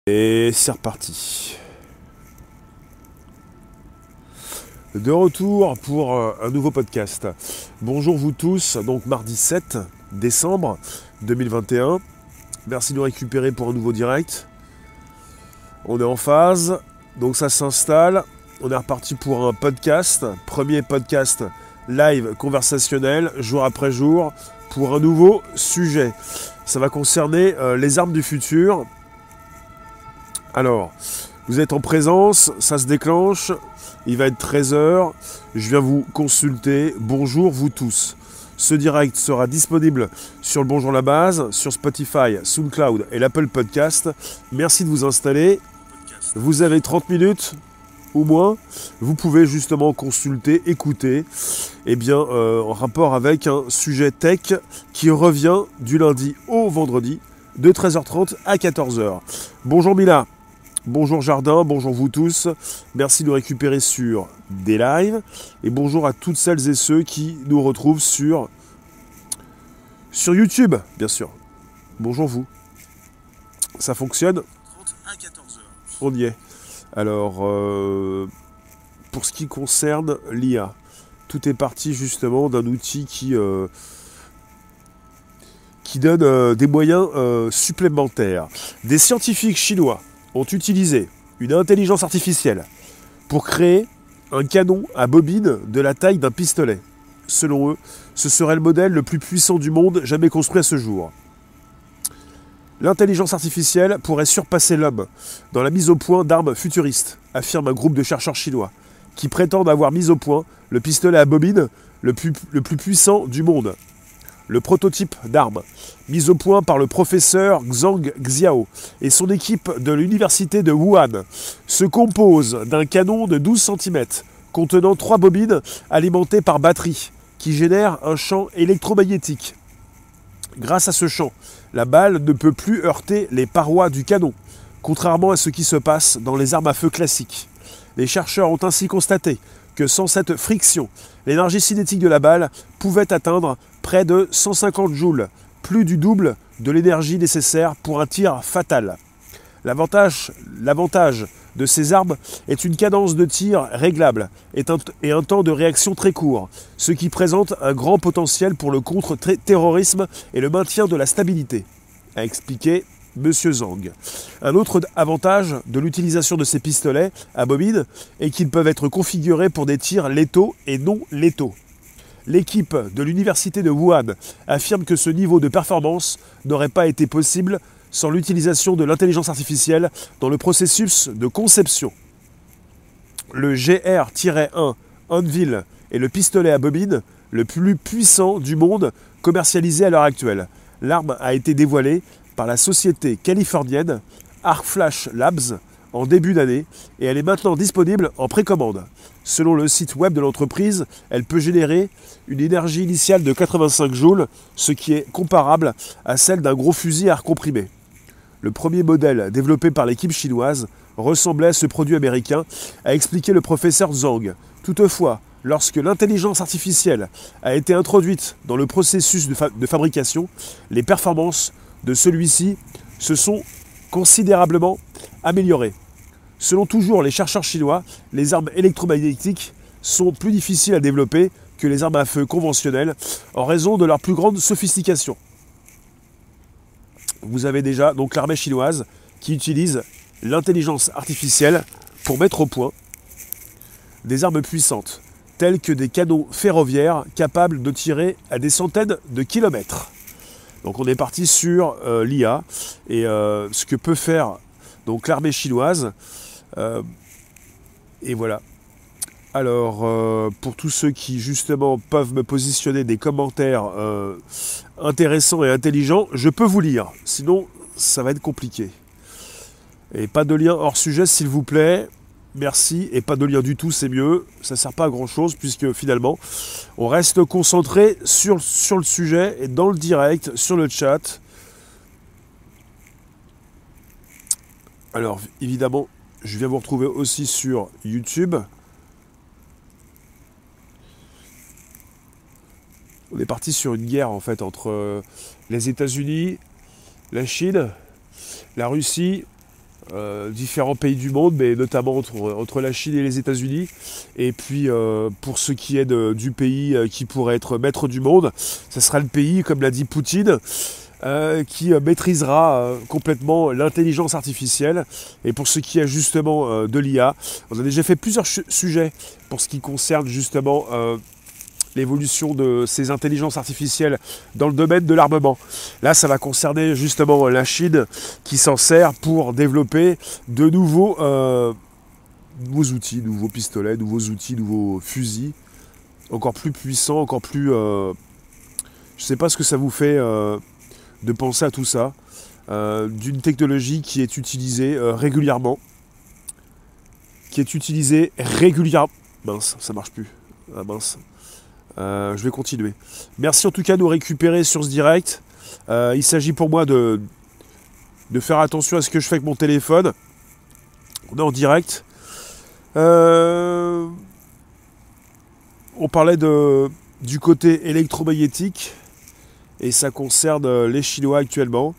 Et c'est reparti. De retour pour un nouveau podcast. Bonjour vous tous, donc mardi 7 décembre 2021. Merci de nous récupérer pour un nouveau direct. On est en phase, donc ça s'installe. On est reparti pour un podcast, premier podcast live conversationnel, jour après jour, pour un nouveau sujet. Ça va concerner les armes du futur. Alors, vous êtes en présence, ça se déclenche, il va être 13h, je viens vous consulter. Bonjour vous tous. Ce direct sera disponible sur le Bonjour la Base, sur Spotify, SoundCloud et l'Apple Podcast. Merci de vous installer. Vous avez 30 minutes ou moins. Vous pouvez justement consulter, écouter, en rapport avec un sujet tech qui revient du lundi au vendredi de 13h30 à 14h. Bonjour Mila. Bonjour Jardin, bonjour vous tous, merci de nous récupérer sur des lives et bonjour à toutes celles et ceux qui nous retrouvent sur YouTube, bien sûr. Bonjour vous. Ça fonctionne ? On y est. Alors, pour ce qui concerne l'IA, tout est parti justement d'un outil qui donne des moyens supplémentaires. Des scientifiques chinois ont utilisé une intelligence artificielle pour créer un canon à bobine de la taille d'un pistolet. Selon eux, ce serait le modèle le plus puissant du monde jamais construit à ce jour. L'intelligence artificielle pourrait surpasser l'homme dans la mise au point d'armes futuristes, affirme un groupe de chercheurs chinois, qui prétendent avoir mis au point le pistolet à bobine le plus puissant du monde. Le prototype d'arme, mis au point par le professeur Zhang Xiao et son équipe de l'université de Wuhan, se compose d'un canon de 12 cm contenant 3 bobines alimentées par batterie qui génèrent un champ électromagnétique. Grâce à ce champ, la balle ne peut plus heurter les parois du canon, contrairement à ce qui se passe dans les armes à feu classiques. Les chercheurs ont ainsi constaté que sans cette friction, l'énergie cinétique de la balle pouvait atteindre près de 150 joules, plus du double de l'énergie nécessaire pour un tir fatal. L'avantage de ces armes est une cadence de tir réglable et un temps de réaction très court, ce qui présente un grand potentiel pour le contre-terrorisme et le maintien de la stabilité, a expliqué M. Zhang. Un autre avantage de l'utilisation de ces pistolets à bobine est qu'ils peuvent être configurés pour des tirs létaux et non létaux. L'équipe de l'université de Wuhan affirme que ce niveau de performance n'aurait pas été possible sans l'utilisation de l'intelligence artificielle dans le processus de conception. Le GR-1 Anvil est le pistolet à bobine le plus puissant du monde commercialisé à l'heure actuelle. L'arme a été dévoilée par la société californienne Arc Flash Labs en début d'année et elle est maintenant disponible en précommande. Selon le site web de l'entreprise, elle peut générer une énergie initiale de 85 joules, ce qui est comparable à celle d'un gros fusil à air comprimé. Le premier modèle développé par l'équipe chinoise ressemblait à ce produit américain, a expliqué le professeur Zhang. Toutefois, lorsque l'intelligence artificielle a été introduite dans le processus de fabrication, les performances de celui-ci se sont considérablement améliorées. Selon toujours les chercheurs chinois, les armes électromagnétiques sont plus difficiles à développer que les armes à feu conventionnelles en raison de leur plus grande sophistication. Vous avez déjà donc l'armée chinoise qui utilise l'intelligence artificielle pour mettre au point des armes puissantes, telles que des canons ferroviaires capables de tirer à des centaines de kilomètres. Donc on est parti sur l'IA et ce que peut faire donc l'armée chinoise. Et voilà. Alors, pour tous ceux qui justement peuvent me positionner des commentaires intéressants et intelligents, je peux vous lire. Sinon, ça va être compliqué. Et pas de lien hors sujet, s'il vous plaît. Merci. Et pas de lien du tout, c'est mieux. Ça ne sert pas à grand-chose, puisque finalement, on reste concentré sur le sujet et dans le direct, sur le chat. Alors, évidemment, je viens vous retrouver aussi sur YouTube. On est parti sur une guerre en fait entre les États-Unis, la Chine, la Russie différents pays du monde, mais notamment entre la Chine et les États-Unis. Et puis pour ce qui est du pays qui pourrait être maître du monde, ce sera le pays, comme l'a dit Poutine, qui maîtrisera complètement l'intelligence artificielle. Et pour ce qui est justement de l'IA, on a déjà fait plusieurs sujets pour ce qui concerne justement l'évolution de ces intelligences artificielles dans le domaine de l'armement. Là, ça va concerner justement la Chine qui s'en sert pour développer de nouveaux outils, nouveaux pistolets, nouveaux outils, nouveaux fusils, encore plus puissants, encore plus... je ne sais pas ce que ça vous fait de penser à tout ça, d'une technologie qui est utilisée régulièrement, Mince, ça marche plus. Ah mince. Je vais continuer. Merci en tout cas de nous récupérer sur ce direct. Il s'agit pour moi de faire attention à ce que je fais avec mon téléphone. On est en direct. On parlait du côté électromagnétique et ça concerne les Chinois actuellement.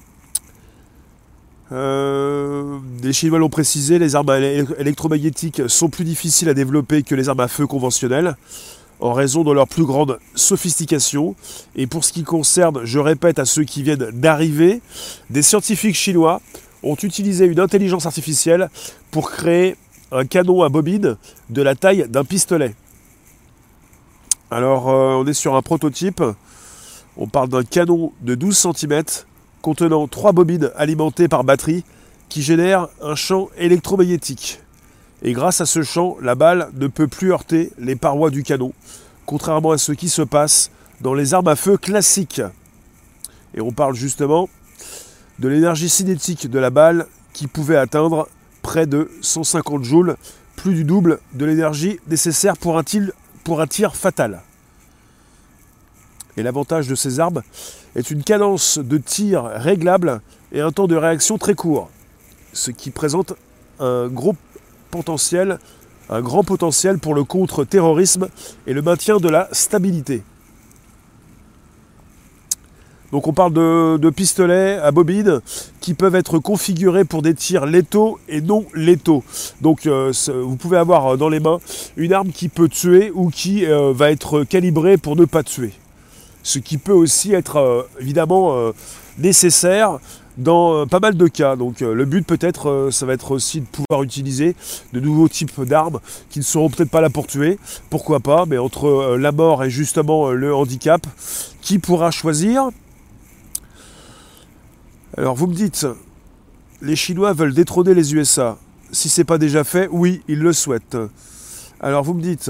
Les Chinois l'ont précisé, les armes électromagnétiques sont plus difficiles à développer que les armes à feu conventionnelles, en raison de leur plus grande sophistication. Et pour ce qui concerne, je répète à ceux qui viennent d'arriver, des scientifiques chinois ont utilisé une intelligence artificielle pour créer un canon à bobine de la taille d'un pistolet. Alors, on est sur un prototype. On parle d'un canon de 12 cm contenant 3 bobines alimentées par batterie qui génèrent un champ électromagnétique. Et grâce à ce champ, la balle ne peut plus heurter les parois du canon, contrairement à ce qui se passe dans les armes à feu classiques. Et on parle justement de l'énergie cinétique de la balle qui pouvait atteindre près de 150 joules, plus du double de l'énergie nécessaire pour un tir fatal. Et l'avantage de ces armes est une cadence de tir réglable et un temps de réaction très court, ce qui présente un grand potentiel pour le contre-terrorisme et le maintien de la stabilité. Donc on parle de pistolets à bobine qui peuvent être configurés pour des tirs létaux et non létaux. Donc vous pouvez avoir dans les mains une arme qui peut tuer ou qui va être calibrée pour ne pas tuer. Ce qui peut aussi être évidemment nécessaire dans pas mal de cas. Donc le but peut-être, ça va être aussi de pouvoir utiliser de nouveaux types d'armes qui ne seront peut-être pas là pour tuer, pourquoi pas, mais entre la mort et justement le handicap, qui pourra choisir? Alors vous me dites, les Chinois veulent détrôner les USA. Si c'est pas déjà fait, oui, ils le souhaitent. Alors vous me dites...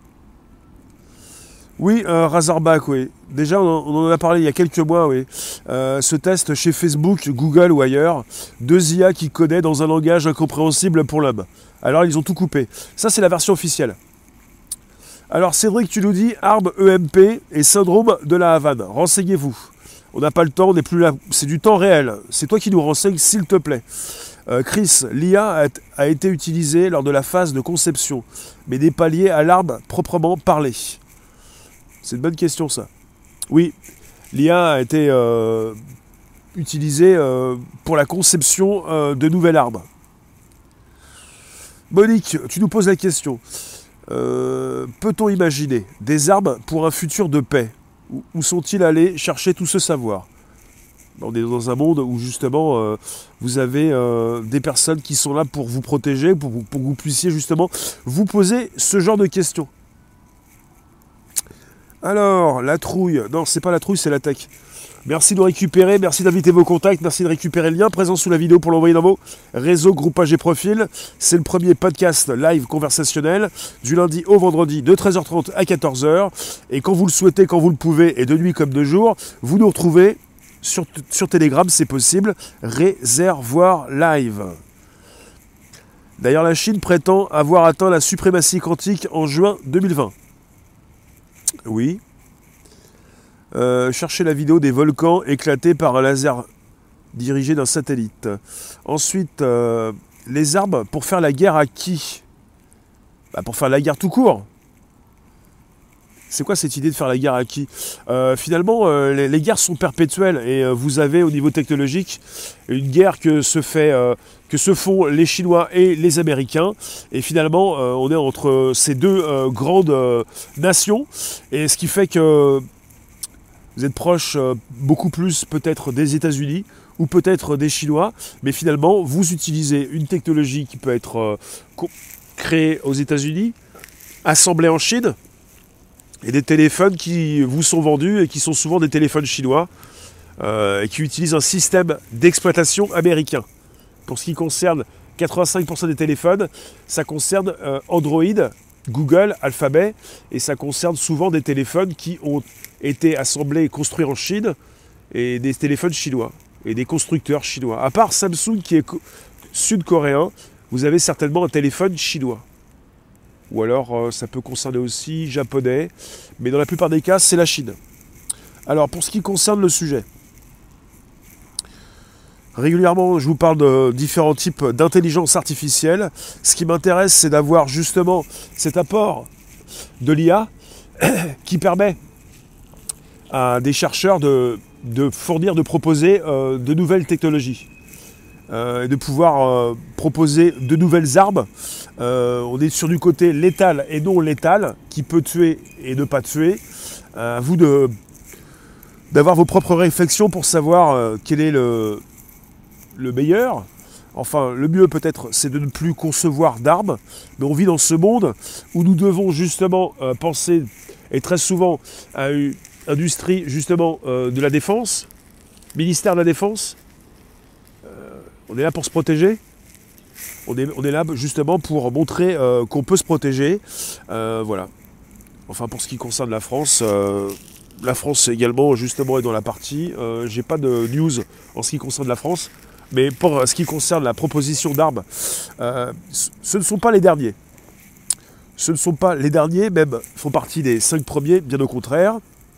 Oui, Razorback, oui. Déjà, on en a parlé il y a quelques mois, oui. Ce test chez Facebook, Google ou ailleurs, 2 IA qui codaient dans un langage incompréhensible pour l'homme. Alors, ils ont tout coupé. Ça, c'est la version officielle. Alors, Cédric, tu nous dis arme EMP et syndrome de la Havane. Renseignez-vous. On n'a pas le temps, on n'est plus là. C'est du temps réel. C'est toi qui nous renseignes, s'il te plaît. Chris, l'IA a été utilisée lors de la phase de conception, mais n'est pas liée à l'arme proprement parlée. C'est une bonne question, ça. Oui, l'IA a été utilisée pour la conception de nouvelles armes. Monique, tu nous poses la question. Peut-on imaginer des armes pour un futur de paix? Où sont-ils allés chercher tout ce savoir? On est dans un monde où justement vous avez des personnes qui sont là pour vous protéger, pour que vous puissiez justement vous poser ce genre de questions. Alors, la trouille. Non, c'est pas la trouille, c'est la tech. Merci de récupérer, merci d'inviter vos contacts, merci de récupérer le lien présent sous la vidéo pour l'envoyer dans vos réseaux, groupages et profils. C'est le premier podcast live conversationnel du lundi au vendredi de 13h30 à 14h. Et quand vous le souhaitez, quand vous le pouvez, et de nuit comme de jour, vous nous retrouvez sur Telegram, c'est possible, Réservoir Live. D'ailleurs, la Chine prétend avoir atteint la suprématie quantique en juin 2020. Oui. Cherchez la vidéo des volcans éclatés par un laser dirigé d'un satellite. Ensuite, les armes pour faire la guerre à qui? Pour faire la guerre tout court. C'est quoi cette idée de faire la guerre à qui? Finalement, les guerres sont perpétuelles et vous avez au niveau technologique une guerre que se font les Chinois et les Américains. Et finalement, on est entre ces deux grandes nations. Et ce qui fait que vous êtes proche beaucoup plus peut-être des États-Unis ou peut-être des Chinois. Mais finalement, vous utilisez une technologie qui peut être créée aux États-Unis, assemblée en Chine, et des téléphones qui vous sont vendus et qui sont souvent des téléphones chinois et qui utilisent un système d'exploitation américain. Pour ce qui concerne 85% des téléphones, ça concerne Android, Google, Alphabet, et ça concerne souvent des téléphones qui ont été assemblés et construits en Chine et des téléphones chinois et des constructeurs chinois. À part Samsung qui est sud-coréen, vous avez certainement un téléphone chinois. Ou alors ça peut concerner aussi japonais, mais dans la plupart des cas, c'est la Chine. Alors pour ce qui concerne le sujet, régulièrement je vous parle de différents types d'intelligence artificielle. Ce qui m'intéresse, c'est d'avoir justement cet apport de l'IA qui permet à des chercheurs de fournir, de proposer de nouvelles technologies. De pouvoir proposer de nouvelles armes. On est sur du côté létal et non létal, qui peut tuer et ne pas tuer. À vous d'avoir vos propres réflexions pour savoir quel est le meilleur. Enfin, le mieux peut-être, c'est de ne plus concevoir d'armes. Mais on vit dans ce monde où nous devons justement penser, et très souvent, à une industrie justement de la défense, ministère de la Défense. On est là pour se protéger. On est là justement pour montrer qu'on peut se protéger. Voilà. Enfin, pour ce qui concerne la France également justement est dans la partie. J'ai pas de news en ce qui concerne la France. Mais pour ce qui concerne la proposition d'armes, ce ne sont pas les derniers. Ce ne sont pas les derniers, même font partie des 5 premiers, bien au contraire.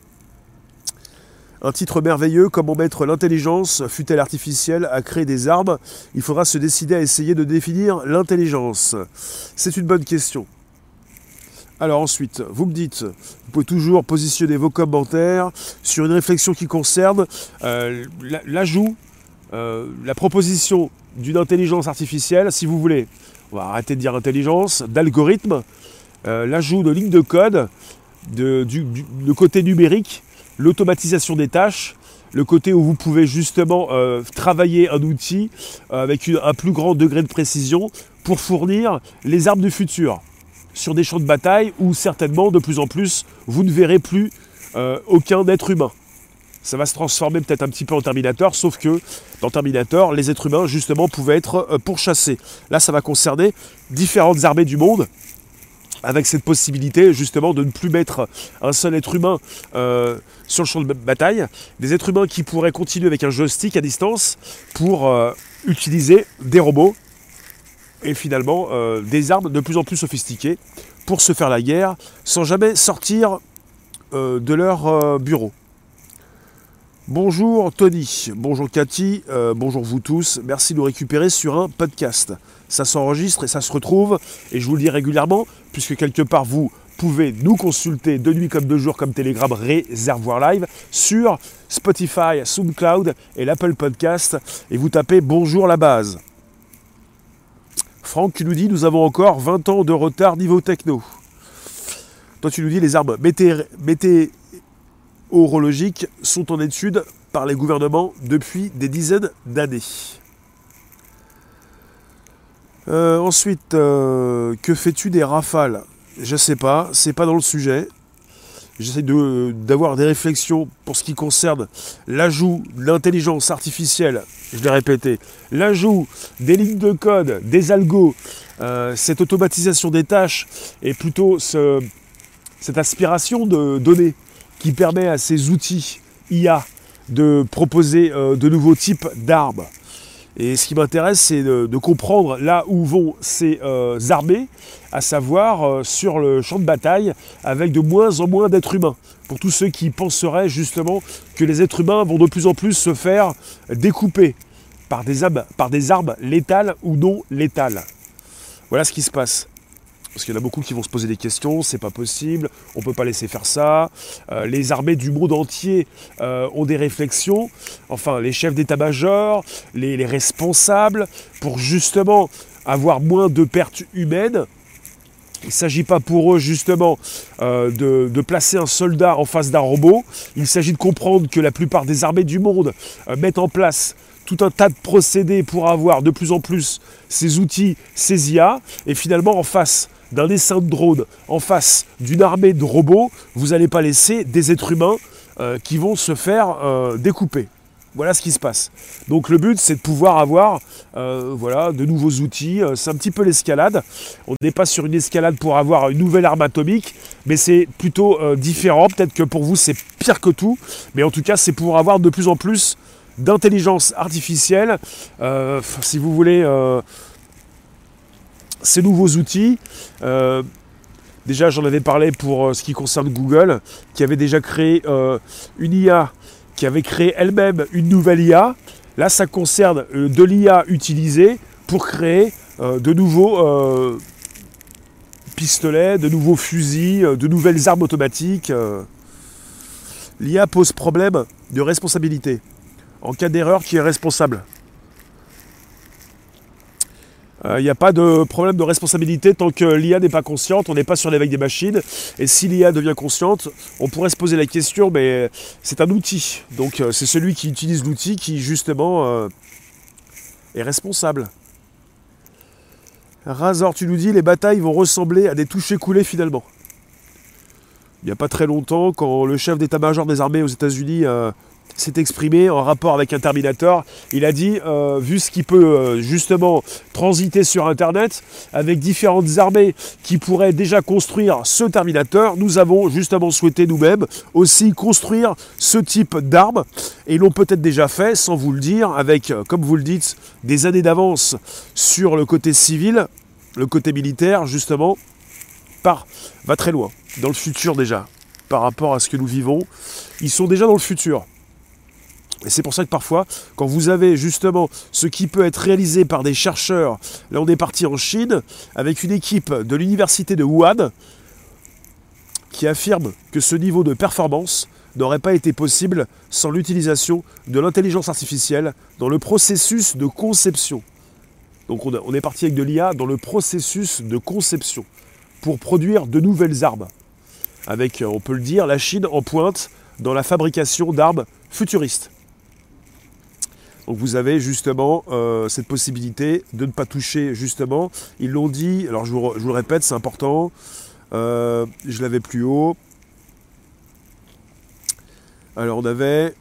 Un titre merveilleux, comment mettre l'intelligence, fût-elle artificielle, à créer des armes. Il faudra se décider à essayer de définir l'intelligence. C'est une bonne question. Alors ensuite, vous me dites, vous pouvez toujours positionner vos commentaires sur une réflexion qui concerne l'ajout, la proposition d'une intelligence artificielle, si vous voulez. On va arrêter de dire intelligence, d'algorithme, l'ajout de lignes de code, de côté numérique, l'automatisation des tâches, le côté où vous pouvez justement travailler un outil avec un plus grand degré de précision pour fournir les armes du futur sur des champs de bataille où certainement de plus en plus vous ne verrez plus aucun être humain. Ça va se transformer peut-être un petit peu en Terminator, sauf que dans Terminator, les êtres humains justement pouvaient être pourchassés. Là, ça va concerner différentes armées du monde, avec cette possibilité justement de ne plus mettre un seul être humain sur le champ de bataille, des êtres humains qui pourraient continuer avec un joystick à distance pour utiliser des robots et finalement des armes de plus en plus sophistiquées pour se faire la guerre sans jamais sortir de leur bureau. Bonjour Tony, bonjour Cathy, bonjour vous tous, merci de nous récupérer sur un podcast. Ça s'enregistre et ça se retrouve, et je vous le dis régulièrement, puisque quelque part vous pouvez nous consulter de nuit comme de jour comme Telegram Réservoir Live sur Spotify, SoundCloud et l'Apple Podcast, et vous tapez Bonjour la base. Franck, tu nous dis, nous avons encore 20 ans de retard niveau techno. Toi tu nous dis, les armes météorologiques sont en étude par les gouvernements depuis des dizaines d'années. Ensuite, que fais-tu des rafales? Je sais pas, c'est pas dans le sujet. J'essaie d'avoir des réflexions pour ce qui concerne l'ajout de l'intelligence artificielle, je l'ai répété, l'ajout des lignes de code, des algos, cette automatisation des tâches et plutôt cette aspiration de données qui permet à ces outils IA de proposer de nouveaux types d'armes. Et ce qui m'intéresse, c'est de comprendre là où vont ces armées, à savoir sur le champ de bataille, avec de moins en moins d'êtres humains. Pour tous ceux qui penseraient justement que les êtres humains vont de plus en plus se faire découper par des armes létales ou non létales. Voilà ce qui se passe. Parce qu'il y en a beaucoup qui vont se poser des questions, c'est pas possible, on ne peut pas laisser faire ça. Les armées du monde entier ont des réflexions, enfin les chefs d'état-major, les responsables, pour justement avoir moins de pertes humaines. Il ne s'agit pas pour eux justement de placer un soldat en face d'un robot. Il s'agit de comprendre que la plupart des armées du monde mettent en place tout un tas de procédés pour avoir de plus en plus ces outils, ces IA. Et finalement, en face d'un essaim de drone, en face d'une armée de robots, vous n'allez pas laisser des êtres humains qui vont se faire découper. Voilà ce qui se passe. Donc le but, c'est de pouvoir avoir de nouveaux outils. C'est un petit peu l'escalade. On n'est pas sur une escalade pour avoir une nouvelle arme atomique, mais c'est plutôt différent. Peut-être que pour vous, c'est pire que tout. Mais en tout cas, c'est pour avoir de plus en plus d'intelligence artificielle. Si vous voulez, ces nouveaux outils... déjà, j'en avais parlé pour ce qui concerne Google, qui avait déjà créé une IA qui avait créé elle-même une nouvelle IA. Là, ça concerne de l'IA utilisée pour créer de nouveaux pistolets, de nouveaux fusils, de nouvelles armes automatiques. L'IA pose problème de responsabilité. En cas d'erreur, qui est responsable ? Il n'y a pas de problème de responsabilité tant que l'IA n'est pas consciente, on n'est pas sur l'éveil des machines. Et si l'IA devient consciente, on pourrait se poser la question, mais c'est un outil. Donc c'est celui qui utilise l'outil qui justement est responsable. Razor, tu nous dis, les batailles vont ressembler à des touchés-coulés finalement. Il n'y a pas très longtemps, quand le chef d'état-major des armées aux États-Unis s'est exprimé en rapport avec un Terminator, il a dit, vu ce qui peut justement transiter sur Internet, avec différentes armées qui pourraient déjà construire ce Terminator, nous avons justement souhaité nous-mêmes aussi construire ce type d'armes, et l'ont peut-être déjà fait, sans vous le dire, avec, comme vous le dites, des années d'avance sur le côté civil, le côté militaire, justement, va très loin, dans le futur déjà, par rapport à ce que nous vivons. Ils sont déjà dans le futur. Et c'est pour ça que parfois, quand vous avez justement ce qui peut être réalisé par des chercheurs, là on est parti en Chine, avec une équipe de l'université de Wuhan, qui affirme que ce niveau de performance n'aurait pas été possible sans l'utilisation de l'intelligence artificielle dans le processus de conception. Donc on est parti avec de l'IA dans le processus de conception, pour produire de nouvelles armes. Avec, on peut le dire, la Chine en pointe dans la fabrication d'armes futuristes. Donc vous avez justement cette possibilité de ne pas toucher, justement, ils l'ont dit, alors je vous le répète, c'est important, je l'avais plus haut. Alors on avait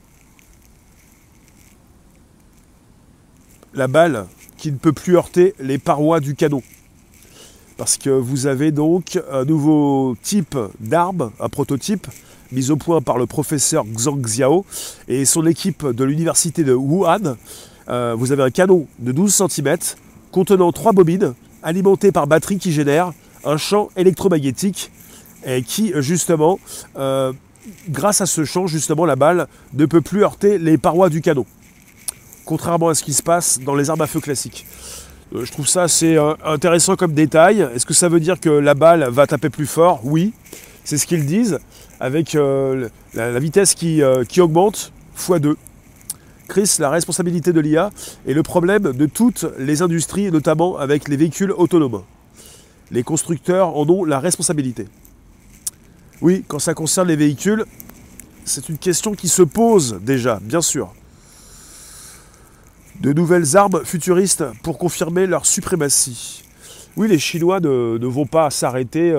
la balle qui ne peut plus heurter les parois du canon. Parce que vous avez donc un nouveau type d'arme, un prototype, mis au point par le professeur Zhang Xiao et son équipe de l'université de Wuhan. Vous avez un canon de 12 cm contenant 3 bobines alimentées par batterie qui génère un champ électromagnétique et qui, justement, grâce à ce champ, justement, la balle ne peut plus heurter les parois du canon. Contrairement à ce qui se passe dans les armes à feu classiques. Je trouve ça assez intéressant comme détail. Est-ce que ça veut dire que la balle va taper plus fort ? Oui, c'est ce qu'ils disent, avec la vitesse qui augmente x2. Chris, la responsabilité de l'IA est le problème de toutes les industries, notamment avec les véhicules autonomes. Les constructeurs en ont la responsabilité. Oui, quand ça concerne les véhicules, c'est une question qui se pose déjà, bien sûr. De nouvelles armes futuristes pour confirmer leur suprématie. Oui, les Chinois ne vont pas s'arrêter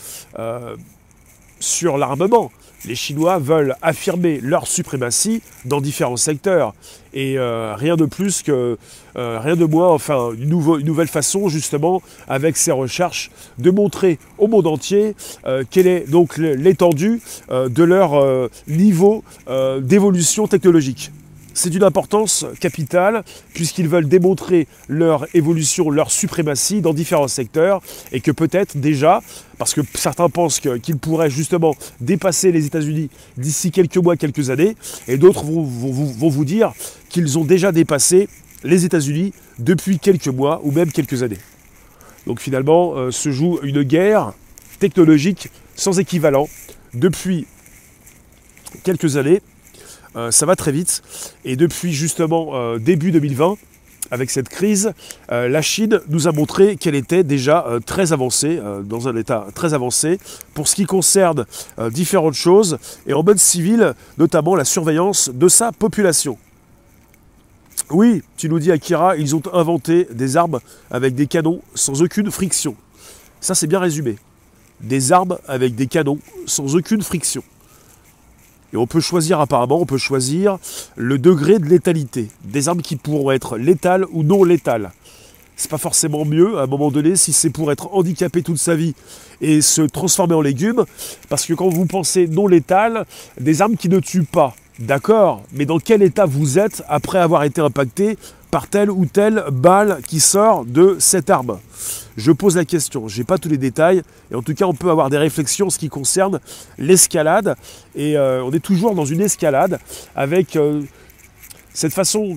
sur l'armement. Les Chinois veulent affirmer leur suprématie dans différents secteurs. Et rien de plus que, rien de moins, enfin, une nouvelle façon, justement, avec ces recherches, de montrer au monde entier quelle est donc l'étendue de leur niveau d'évolution technologique. C'est d'une importance capitale puisqu'ils veulent démontrer leur évolution, leur suprématie dans différents secteurs et que peut-être déjà, parce que certains pensent qu'ils pourraient justement dépasser les États-Unis d'ici quelques mois, quelques années, et d'autres vont vous dire qu'ils ont déjà dépassé les États-Unis depuis quelques mois ou même quelques années. Donc finalement, se joue une guerre technologique sans équivalent depuis quelques années. Ça va très vite. Et depuis justement début 2020, avec cette crise, la Chine nous a montré qu'elle était déjà très avancée, dans un état très avancé, pour ce qui concerne différentes choses, et en mode civil, notamment la surveillance de sa population. Oui, tu nous dis Akira, ils ont inventé des armes avec des canons sans aucune friction. Ça c'est bien résumé. Des armes avec des canons sans aucune friction. Et on peut choisir apparemment, on peut choisir le degré de létalité. Des armes qui pourront être létales ou non létales. C'est pas forcément mieux à un moment donné si c'est pour être handicapé toute sa vie et se transformer en légumes. Parce que quand vous pensez non létales, des armes qui ne tuent pas. D'accord, mais dans quel état vous êtes après avoir été impacté par telle ou telle balle qui sort de cette arme? Je pose la question, je n'ai pas tous les détails, et en tout cas on peut avoir des réflexions en ce qui concerne l'escalade, et on est toujours dans une escalade avec cette façon,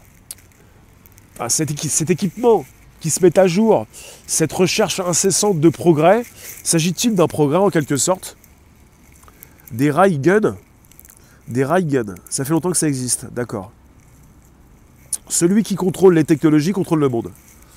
cet équipement qui se met à jour, cette recherche incessante de progrès. S'agit-il d'un progrès en quelque sorte? Des rail guns? Des rail guns, ça fait longtemps que ça existe, d'accord. Celui qui contrôle les technologies contrôle le monde.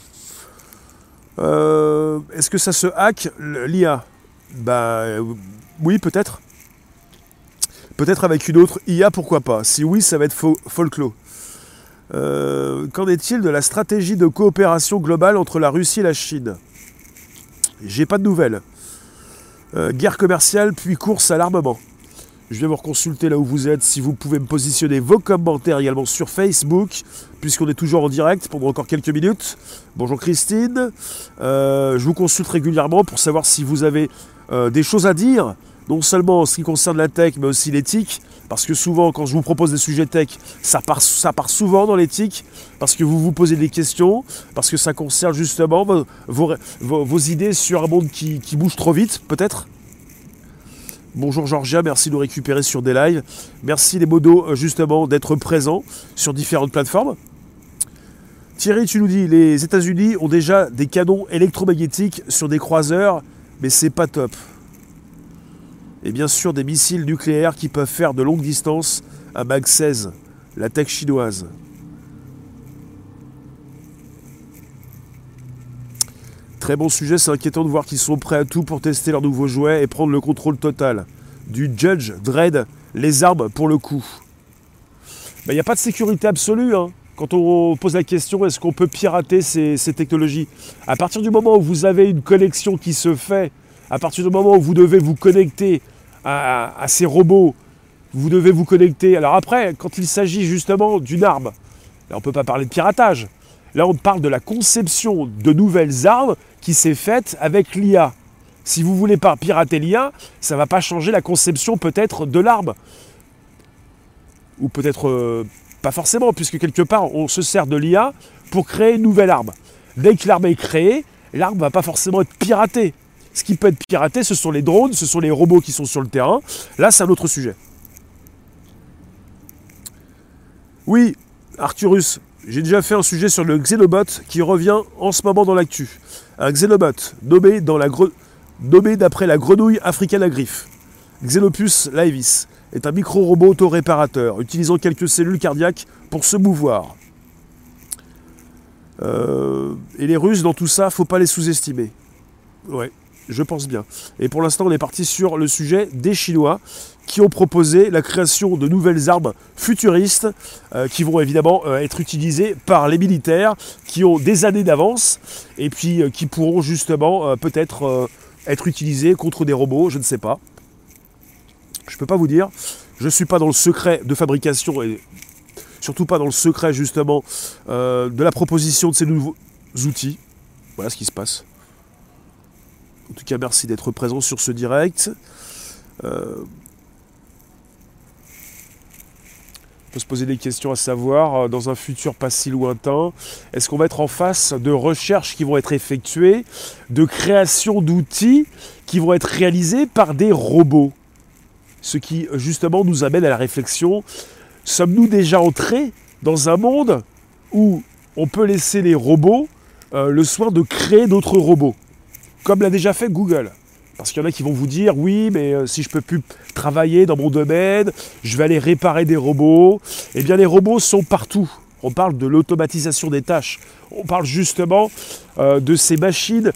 Est-ce que ça se hack, l'IA? Bah oui, peut-être. Peut-être avec une autre IA, pourquoi pas. Si oui, ça va être folklore. Qu'en est-il de la stratégie de coopération globale entre la Russie et la Chine? J'ai pas de nouvelles. Guerre commerciale, puis course à l'armement. Je vais vous reconsulter là où vous êtes, si vous pouvez me positionner vos commentaires également sur Facebook, puisqu'on est toujours en direct pendant encore quelques minutes. Bonjour Christine, je vous consulte régulièrement pour savoir si vous avez des choses à dire, non seulement en ce qui concerne la tech, mais aussi l'éthique, parce que souvent quand je vous propose des sujets tech, ça part souvent dans l'éthique, parce que vous vous posez des questions, parce que ça concerne justement vos idées sur un monde qui bouge trop vite, peut-être. Bonjour Georgia, merci de nous récupérer sur des lives. Merci les modos justement d'être présents sur différentes plateformes. Thierry, tu nous dis, les États-Unis ont déjà des canons électromagnétiques sur des croiseurs, mais c'est pas top. Et bien sûr des missiles nucléaires qui peuvent faire de longues distances à Mach 16, la tech chinoise. Très bon sujet, c'est inquiétant de voir qu'ils sont prêts à tout pour tester leurs nouveaux jouets et prendre le contrôle total. Du Judge Dredd, les armes pour le coup. Il n'y a pas de sécurité absolue, hein. Quand on pose la question, est-ce qu'on peut pirater ces technologies? À partir du moment où vous avez une connexion qui se fait, à partir du moment où vous devez vous connecter à ces robots, vous devez vous connecter. Alors après, quand il s'agit justement d'une arme, là on ne peut pas parler de piratage. Là, on parle de la conception de nouvelles armes qui s'est faite avec l'IA. Si vous voulez pas pirater l'IA, ça ne va pas changer la conception peut-être de l'arme. Ou peut-être pas forcément, puisque quelque part, on se sert de l'IA pour créer une nouvelle arme. Dès que l'arme est créée, l'arme ne va pas forcément être piratée. Ce qui peut être piraté, ce sont les drones, ce sont les robots qui sont sur le terrain. Là, c'est un autre sujet. Oui, Arcturus, j'ai déjà fait un sujet sur le Xenobot qui revient en ce moment dans l'actu. Un Xenobot nommé d'après la grenouille africaine à griffes. Xenopus laevis est un micro-robot auto-réparateur utilisant quelques cellules cardiaques pour se mouvoir. Et les Russes dans tout ça, faut pas les sous-estimer. Ouais, je pense bien. Et pour l'instant, on est parti sur le sujet des Chinois qui ont proposé la création de nouvelles armes futuristes qui vont évidemment être utilisées par les militaires qui ont des années d'avance et puis qui pourront justement peut-être être utilisées contre des robots, je ne sais pas. Je ne peux pas vous dire. Je ne suis pas dans le secret de fabrication et surtout pas dans le secret justement de la proposition de ces nouveaux outils. Voilà ce qui se passe. En tout cas, merci d'être présent sur ce direct. On peut se poser des questions à savoir, dans un futur pas si lointain, est-ce qu'on va être en face de recherches qui vont être effectuées, de création d'outils qui vont être réalisés par des robots? Ce qui, justement, nous amène à la réflexion, sommes-nous déjà entrés dans un monde où on peut laisser les robots le soin de créer d'autres robots, comme l'a déjà fait Google. Parce qu'il y en a qui vont vous dire, oui, mais si je ne peux plus travailler dans mon domaine, je vais aller réparer des robots. Eh bien, les robots sont partout. On parle de l'automatisation des tâches. On parle justement de ces machines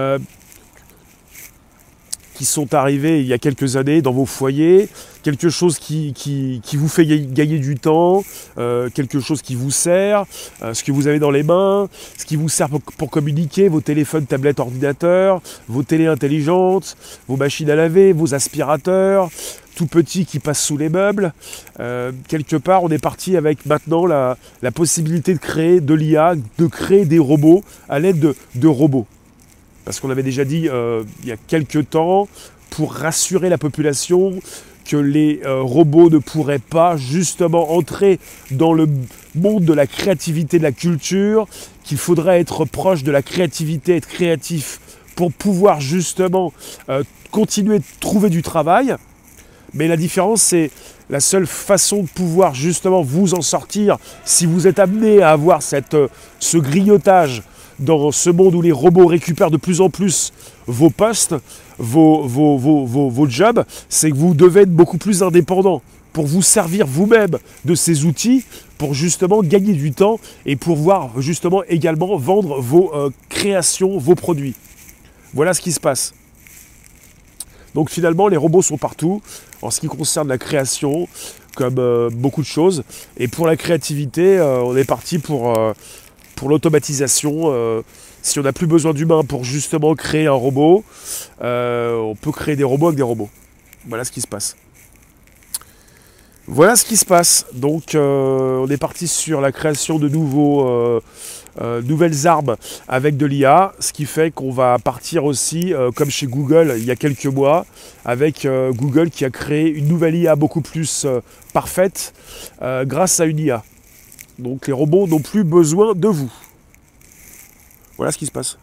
qui sont arrivées il y a quelques années dans vos foyers, quelque chose qui vous fait gagner du temps, quelque chose qui vous sert, ce que vous avez dans les mains, ce qui vous sert pour communiquer, vos téléphones, tablettes, ordinateurs, vos télés intelligentes, vos machines à laver, vos aspirateurs, tout petits qui passent sous les meubles. Quelque part, on est parti avec maintenant la possibilité de créer de l'IA, de créer des robots à l'aide de robots. Parce qu'on avait déjà dit il y a quelques temps, pour rassurer la population, que les robots ne pourraient pas justement entrer dans le monde de la créativité, de la culture, qu'il faudrait être proche de la créativité, être créatif pour pouvoir justement continuer de trouver du travail. Mais la différence, c'est la seule façon de pouvoir justement vous en sortir, si vous êtes amené à avoir ce grignotage dans ce monde où les robots récupèrent de plus en plus vos postes, vos jobs, c'est que vous devez être beaucoup plus indépendant pour vous servir vous-même de ces outils pour justement gagner du temps et pouvoir justement également vendre vos créations, vos produits. Voilà ce qui se passe. Donc finalement, les robots sont partout en ce qui concerne la création, comme beaucoup de choses. Et pour la créativité, on est parti pour l'automatisation. Si on n'a plus besoin d'humains pour justement créer un robot, on peut créer des robots avec des robots. Voilà ce qui se passe. Voilà ce qui se passe. Donc on est parti sur la création de nouvelles armes avec de l'IA, ce qui fait qu'on va partir aussi, comme chez Google il y a quelques mois, avec Google qui a créé une nouvelle IA beaucoup plus parfaite grâce à une IA. Donc les robots n'ont plus besoin de vous. Voilà ce qui se passe.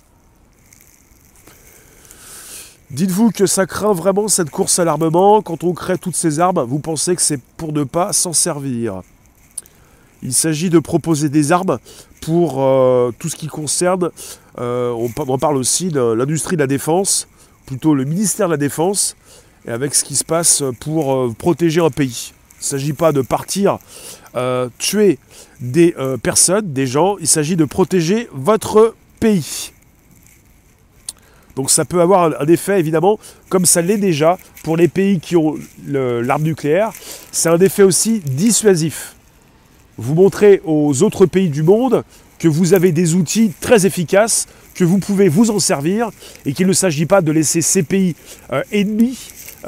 Dites-vous que ça craint vraiment cette course à l'armement. Quand on crée toutes ces armes, vous pensez que c'est pour ne pas s'en servir. Il s'agit de proposer des armes pour tout ce qui concerne, on en parle aussi de l'industrie de la défense, plutôt le ministère de la Défense, et avec ce qui se passe pour protéger un pays. Il ne s'agit pas de partir tuer des personnes, des gens, il s'agit de protéger votre pays. Donc ça peut avoir un effet évidemment, comme ça l'est déjà pour les pays qui ont l'arme nucléaire, c'est un effet aussi dissuasif. Vous montrez aux autres pays du monde que vous avez des outils très efficaces, que vous pouvez vous en servir et qu'il ne s'agit pas de laisser ces pays ennemis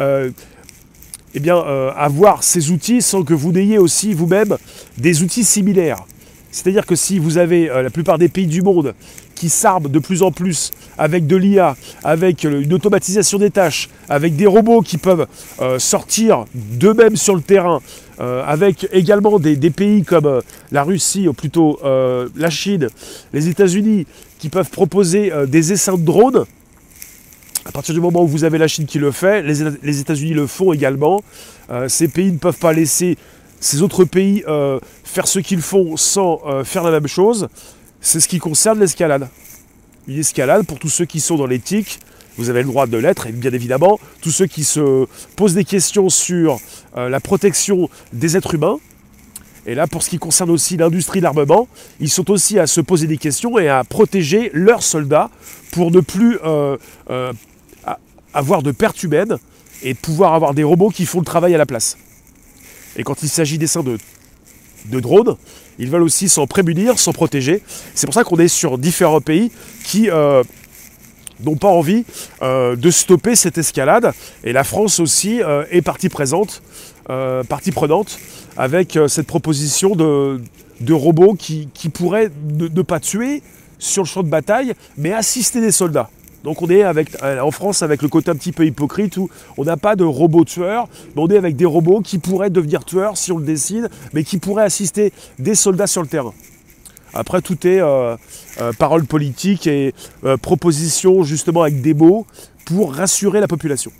avoir ces outils sans que vous n'ayez aussi vous-même des outils similaires. C'est-à-dire que si vous avez la plupart des pays du monde qui s'arment de plus en plus avec de l'IA, avec une automatisation des tâches, avec des robots qui peuvent sortir d'eux-mêmes sur le terrain, avec également des pays comme la Russie, ou plutôt la Chine, les États-Unis, qui peuvent proposer des essaims de drones. À partir du moment où vous avez la Chine qui le fait, les États-Unis le font également. Ces pays ne peuvent pas laisser ces autres pays faire ce qu'ils font sans faire la même chose. C'est ce qui concerne l'escalade. Une escalade, pour tous ceux qui sont dans l'éthique, vous avez le droit de l'être, et bien évidemment, tous ceux qui se posent des questions sur la protection des êtres humains, et là, pour ce qui concerne aussi l'industrie de l'armement, ils sont aussi à se poser des questions et à protéger leurs soldats pour ne plus avoir de pertes humaines et pouvoir avoir des robots qui font le travail à la place. Et quand il s'agit d'essaims de drones, ils veulent aussi s'en prémunir, s'en protéger. C'est pour ça qu'on est sur différents pays qui n'ont pas envie de stopper cette escalade. Et la France aussi est partie prenante avec cette proposition de robots qui pourraient ne pas tuer sur le champ de bataille, mais assister des soldats. Donc on est en France avec le côté un petit peu hypocrite où on n'a pas de robots tueurs, mais on est avec des robots qui pourraient devenir tueurs si on le décide, mais qui pourraient assister des soldats sur le terrain. Après tout est parole politique et proposition justement avec des mots pour rassurer la population.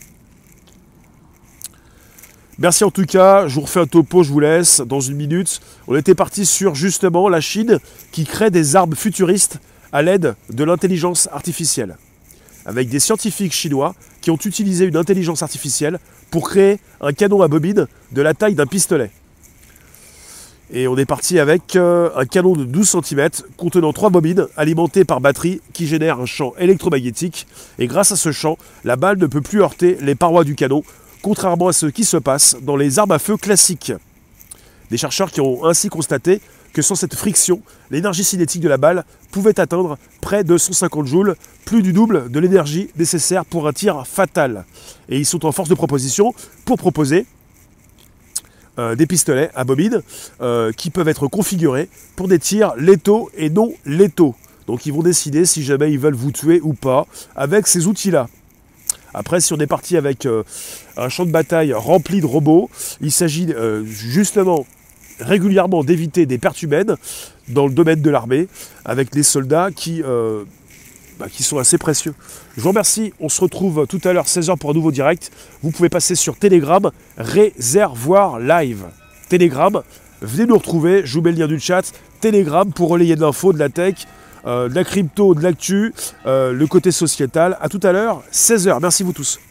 Merci en tout cas, je vous refais un topo, je vous laisse dans une minute. On était parti sur justement la Chine qui crée des armes futuristes à l'aide de l'intelligence artificielle, avec des scientifiques chinois qui ont utilisé une intelligence artificielle pour créer un canon à bobine de la taille d'un pistolet. Et on est parti avec un canon de 12 cm contenant 3 bobines alimentées par batterie qui génère un champ électromagnétique. Et grâce à ce champ, la balle ne peut plus heurter les parois du canon, contrairement à ce qui se passe dans les armes à feu classiques. Des chercheurs qui ont ainsi constaté que sans cette friction, l'énergie cinétique de la balle pouvait atteindre près de 150 joules, plus du double de l'énergie nécessaire pour un tir fatal. Et ils sont en force de proposition pour proposer des pistolets à bobine qui peuvent être configurés pour des tirs létaux et non létaux. Donc ils vont décider si jamais ils veulent vous tuer ou pas avec ces outils-là. Après, si on est parti avec un champ de bataille rempli de robots, il s'agit justement régulièrement d'éviter des pertes humaines dans le domaine de l'armée avec les soldats qui sont assez précieux. Je vous remercie, on se retrouve tout à l'heure 16h pour un nouveau direct. Vous pouvez passer sur Telegram, Réservoir Live. Telegram, venez nous retrouver, je vous mets le lien du chat. Telegram pour relayer de l'info, de la tech, de la crypto, de l'actu, le côté sociétal. A tout à l'heure, 16h. Merci vous tous.